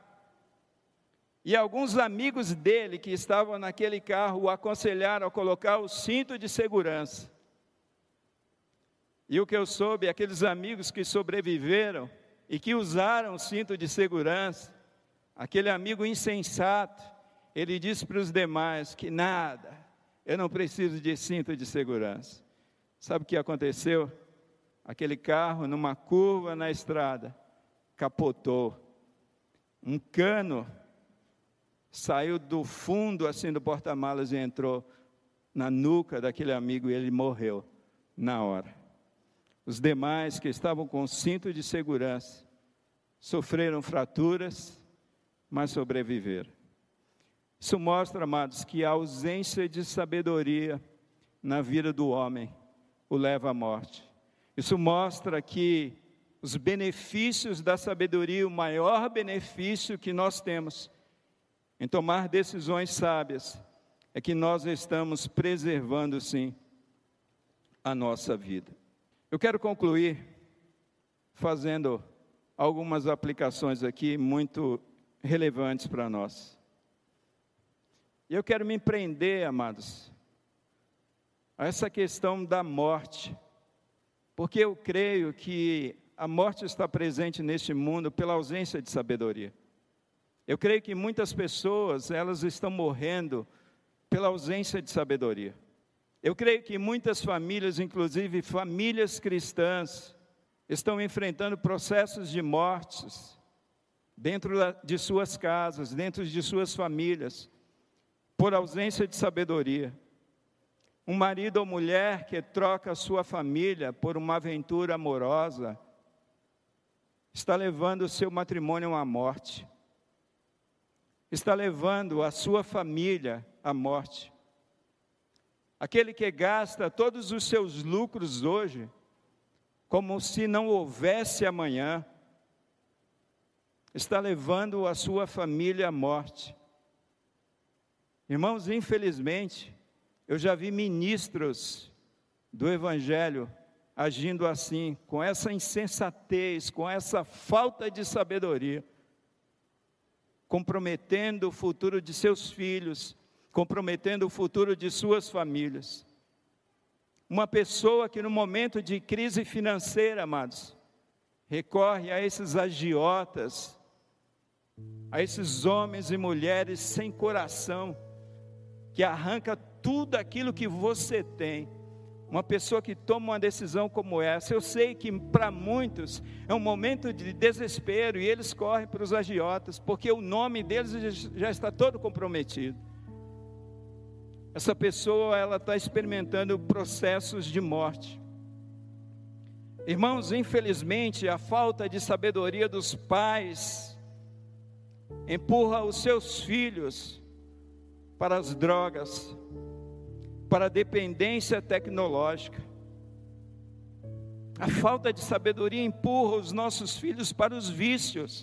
e alguns amigos dele que estavam naquele carro o aconselharam a colocar o cinto de segurança. E o que eu soube, aqueles amigos que sobreviveram e que usaram o cinto de segurança, aquele amigo insensato, ele disse para os demais que nada, eu não preciso de cinto de segurança. Sabe o que aconteceu? Aquele carro, numa curva na estrada, capotou. Um cano saiu do fundo assim do porta-malas e entrou na nuca daquele amigo e ele morreu na hora. Os demais que estavam com cinto de segurança sofreram fraturas, mas sobreviveram. Isso mostra, amados, que a ausência de sabedoria na vida do homem o leva à morte. Isso mostra que os benefícios da sabedoria, o maior benefício que nós temos em tomar decisões sábias, é que nós estamos preservando, sim, a nossa vida. Eu quero concluir fazendo algumas aplicações aqui muito relevantes para nós. E eu quero me prender, amados, a essa questão da morte, porque eu creio que a morte está presente neste mundo pela ausência de sabedoria. Eu creio que muitas pessoas, elas estão morrendo pela ausência de sabedoria. Eu creio que muitas famílias, inclusive famílias cristãs, estão enfrentando processos de mortes dentro de suas casas, dentro de suas famílias, por ausência de sabedoria. Um marido ou mulher que troca a sua família por uma aventura amorosa, está levando o seu matrimônio à morte, está levando a sua família à morte. Aquele que gasta todos os seus lucros hoje, como se não houvesse amanhã, está levando a sua família à morte. Irmãos, infelizmente, eu já vi ministros do Evangelho agindo assim, com essa insensatez, com essa falta de sabedoria, comprometendo o futuro de seus filhos, comprometendo o futuro de suas famílias. Uma pessoa que no momento de crise financeira, amados, recorre a esses agiotas, a esses homens e mulheres sem coração, que arranca tudo aquilo que você tem. Uma pessoa que toma uma decisão como essa, eu sei que para muitos é um momento de desespero, e eles correm para os agiotas, porque o nome deles já está todo comprometido. Essa pessoa, ela está experimentando processos de morte. Irmãos, infelizmente, a falta de sabedoria dos pais empurra os seus filhos para as drogas, para a dependência tecnológica. A falta de sabedoria empurra os nossos filhos para os vícios.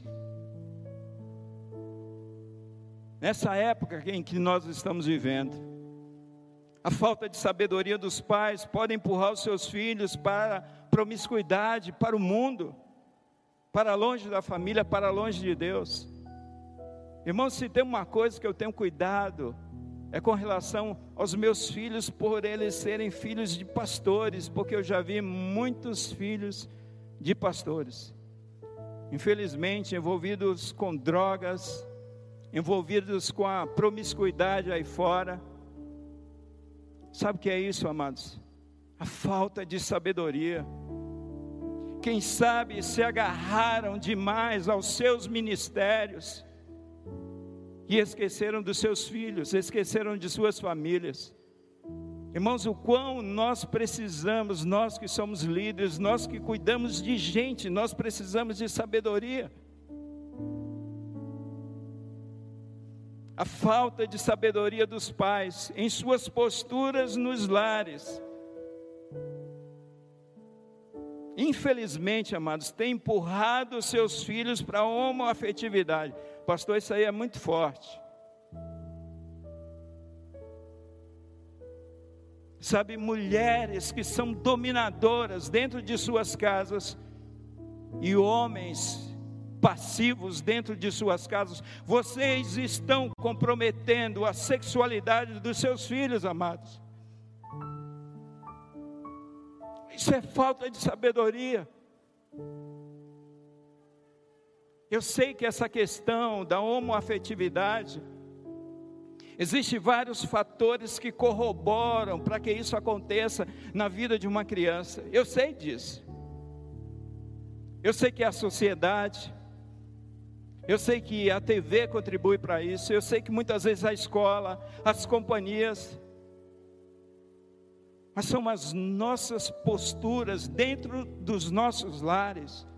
Nessa época em que nós estamos vivendo, a falta de sabedoria dos pais pode empurrar os seus filhos para a promiscuidade, para o mundo, para longe da família, para longe de Deus. Irmãos, se tem uma coisa que eu tenho cuidado, é com relação aos meus filhos, por eles serem filhos de pastores, porque eu já vi muitos filhos de pastores. infelizmente envolvidos com drogas, envolvidos com a promiscuidade aí fora. Sabe o que é isso, amados? A falta de sabedoria. Quem sabe se agarraram demais aos seus ministérios e esqueceram dos seus filhos, esqueceram de suas famílias. Irmãos, o quão nós precisamos, nós que somos líderes, nós que cuidamos de gente, nós precisamos de sabedoria. A falta de sabedoria dos pais em suas posturas nos lares, infelizmente, amados, tem empurrado os seus filhos para a homoafetividade. Pastor, isso aí é muito forte. Sabe, mulheres que são dominadoras dentro de suas casas e homens passivos dentro de suas casas. Vocês estão comprometendo a sexualidade dos seus filhos, amados. Isso é falta de sabedoria. Eu sei que essa questão da homoafetividade, existem vários fatores que corroboram para que isso aconteça na vida de uma criança. Eu sei disso. Eu sei que a sociedade, eu sei que a TV contribui para isso, eu sei que muitas vezes a escola, as companhias, mas são as nossas posturas dentro dos nossos lares.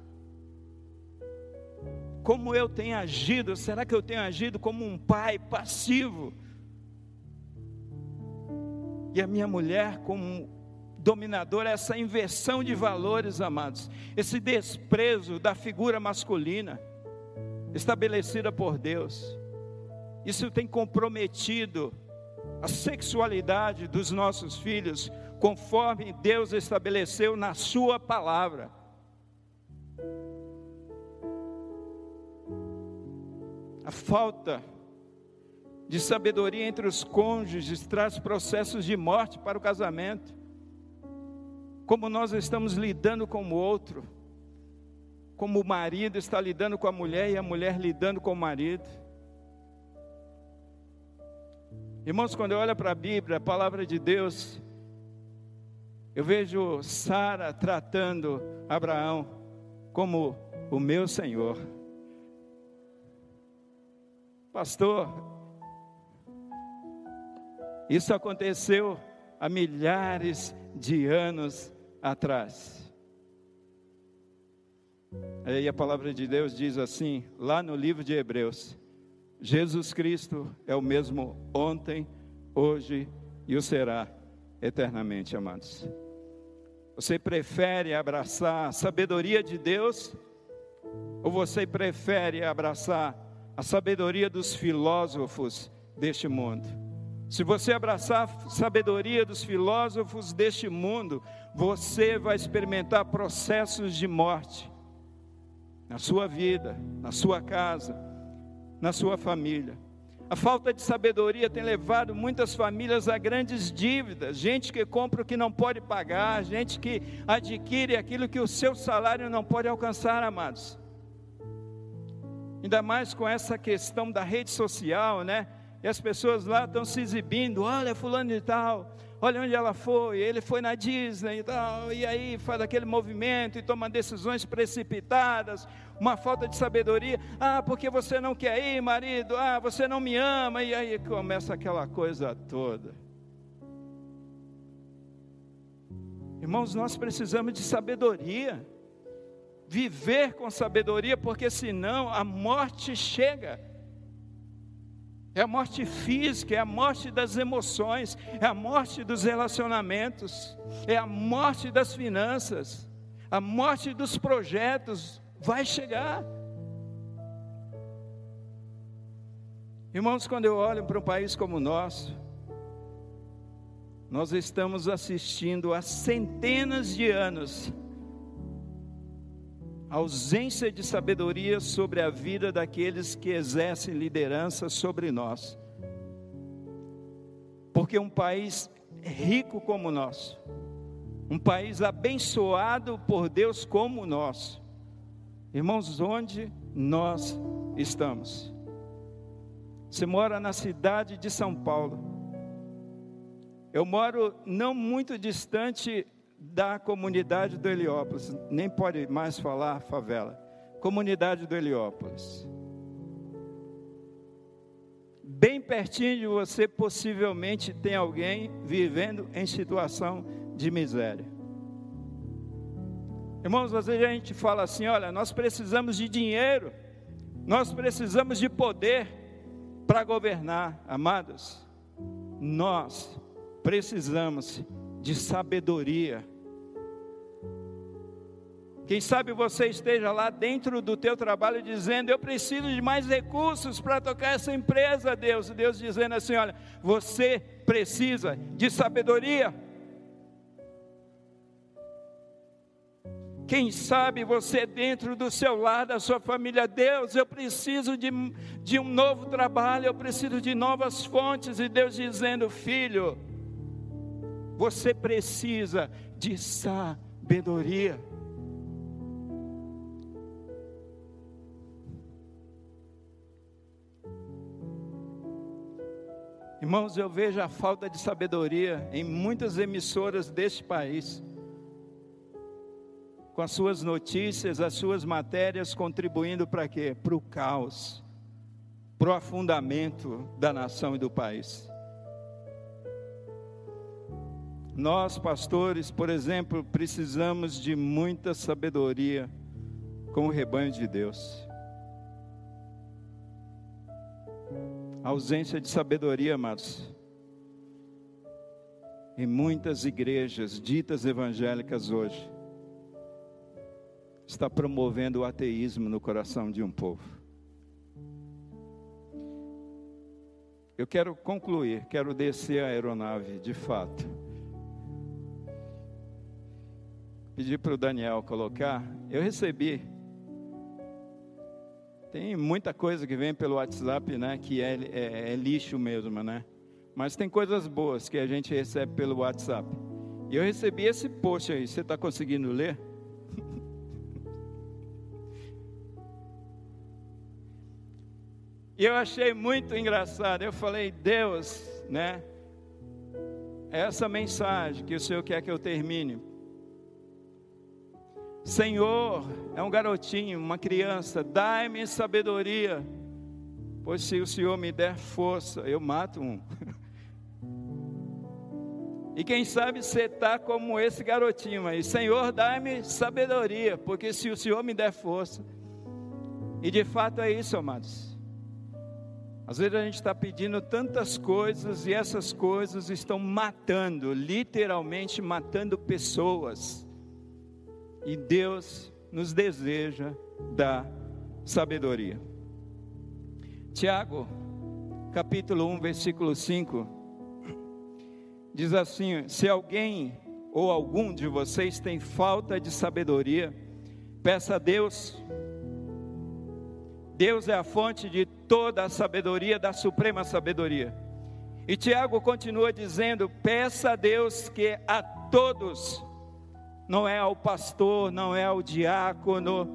Como eu tenho agido? Será que eu tenho agido como um pai passivo? E a minha mulher como dominadora, essa inversão de valores, amados, esse desprezo da figura masculina, estabelecida por Deus, isso tem comprometido a sexualidade dos nossos filhos, conforme Deus estabeleceu na sua palavra. A falta de sabedoria entre os cônjuges traz processos de morte para o casamento. Como nós estamos lidando com o outro, como o marido está lidando com a mulher e a mulher lidando com o marido. Irmãos, quando eu olho para a Bíblia, a palavra de Deus, eu vejo Sara tratando Abraão como o meu Senhor. Pastor, isso aconteceu há milhares de anos atrás. Aí a palavra de Deus diz assim, lá no livro de Hebreus: Jesus Cristo é o mesmo ontem, hoje e o será eternamente, amados. Você prefere abraçar a sabedoria de Deus, ou você prefere abraçar a sabedoria dos filósofos deste mundo? Se você abraçar a sabedoria dos filósofos deste mundo, você vai experimentar processos de morte na sua vida, na sua casa, na sua família. A falta de sabedoria tem levado muitas famílias a grandes dívidas, gente que compra o que não pode pagar, gente que adquire aquilo que o seu salário não pode alcançar, amados. Ainda mais com essa questão da rede social, né? E as pessoas lá estão se exibindo, olha fulano de tal, olha onde ela foi, ele foi na Disney e tal, e aí faz aquele movimento e toma decisões precipitadas, uma falta de sabedoria. Porque você não quer ir, marido, você não me ama, e aí começa aquela coisa toda. Irmãos, nós precisamos de sabedoria, viver com sabedoria, porque senão a morte chega. É a morte física, é a morte das emoções, é a morte dos relacionamentos, é a morte das finanças, a morte dos projetos vai chegar. Irmãos, quando eu olho para um país como o nosso, nós estamos assistindo há centenas de anos a ausência de sabedoria sobre a vida daqueles que exercem liderança sobre nós. Porque um país rico como o nosso, um país abençoado por Deus como o nosso, Irmãos, onde nós estamos? Você mora na cidade de São Paulo. Eu moro não muito distante da comunidade do Heliópolis, nem pode mais falar favela, comunidade do Heliópolis. Bem pertinho de você, possivelmente tem alguém vivendo em situação de miséria. Irmãos, às vezes a gente fala assim, olha, nós precisamos de dinheiro, nós precisamos de poder para governar. Amados, nós precisamos de sabedoria. Quem sabe você esteja lá dentro do teu trabalho dizendo, eu preciso de mais recursos para tocar essa empresa, Deus. Deus dizendo assim, olha, você precisa de sabedoria. Quem sabe você dentro do seu lar, da sua família, Deus, eu preciso de um novo trabalho, eu preciso de novas fontes. E Deus dizendo, filho, você precisa de sabedoria. Irmãos, eu vejo a falta de sabedoria em muitas emissoras deste país, com as suas notícias, as suas matérias, contribuindo para quê? Para o caos, para o afundamento da nação e do país. Nós, pastores, por exemplo, precisamos de muita sabedoria com o rebanho de Deus. A ausência de sabedoria, amados, em muitas igrejas ditas evangélicas hoje, está promovendo o ateísmo no coração de um povo. Eu quero concluir, quero descer a aeronave de fato. Pedi para o Daniel colocar, eu recebi. Tem muita coisa que vem pelo WhatsApp, né, que é lixo mesmo, né? Mas tem coisas boas que a gente recebe pelo WhatsApp. E eu recebi esse post aí, você está conseguindo ler? E eu achei muito engraçado, eu falei, Deus, né, essa mensagem que o Senhor quer que eu termine. Senhor, é um garotinho, uma criança, dai-me sabedoria, pois se o Senhor me der força, eu mato um. E quem sabe você está como esse garotinho aí, Senhor, dai-me sabedoria, porque se o Senhor me der força, e de fato é isso, amados. Às vezes a gente está pedindo tantas coisas e essas coisas estão matando, literalmente matando pessoas. E Deus nos deseja dar sabedoria. Tiago, capítulo 1, versículo 5, diz assim, se alguém ou algum de vocês tem falta de sabedoria, peça a Deus. Deus é a fonte de toda a sabedoria, da suprema sabedoria. E Tiago continua dizendo, peça a Deus que a todos, não é ao pastor, não é ao diácono,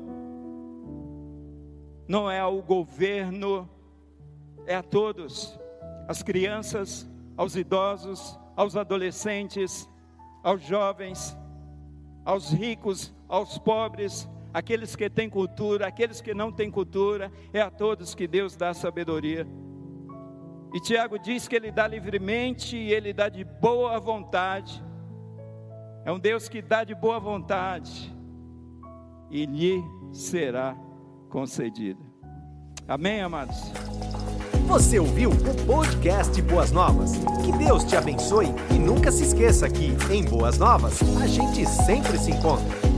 não é ao governo, é a todos, as crianças, aos idosos, aos adolescentes, aos jovens, aos ricos, aos pobres, aqueles que têm cultura, aqueles que não têm cultura, é a todos que Deus dá sabedoria. E Tiago diz que Ele dá livremente e Ele dá de boa vontade. É um Deus que dá de boa vontade e lhe será concedido. Amém, amados? Você ouviu o podcast Boas Novas? Que Deus te abençoe e nunca se esqueça que, em Boas Novas, a gente sempre se encontra.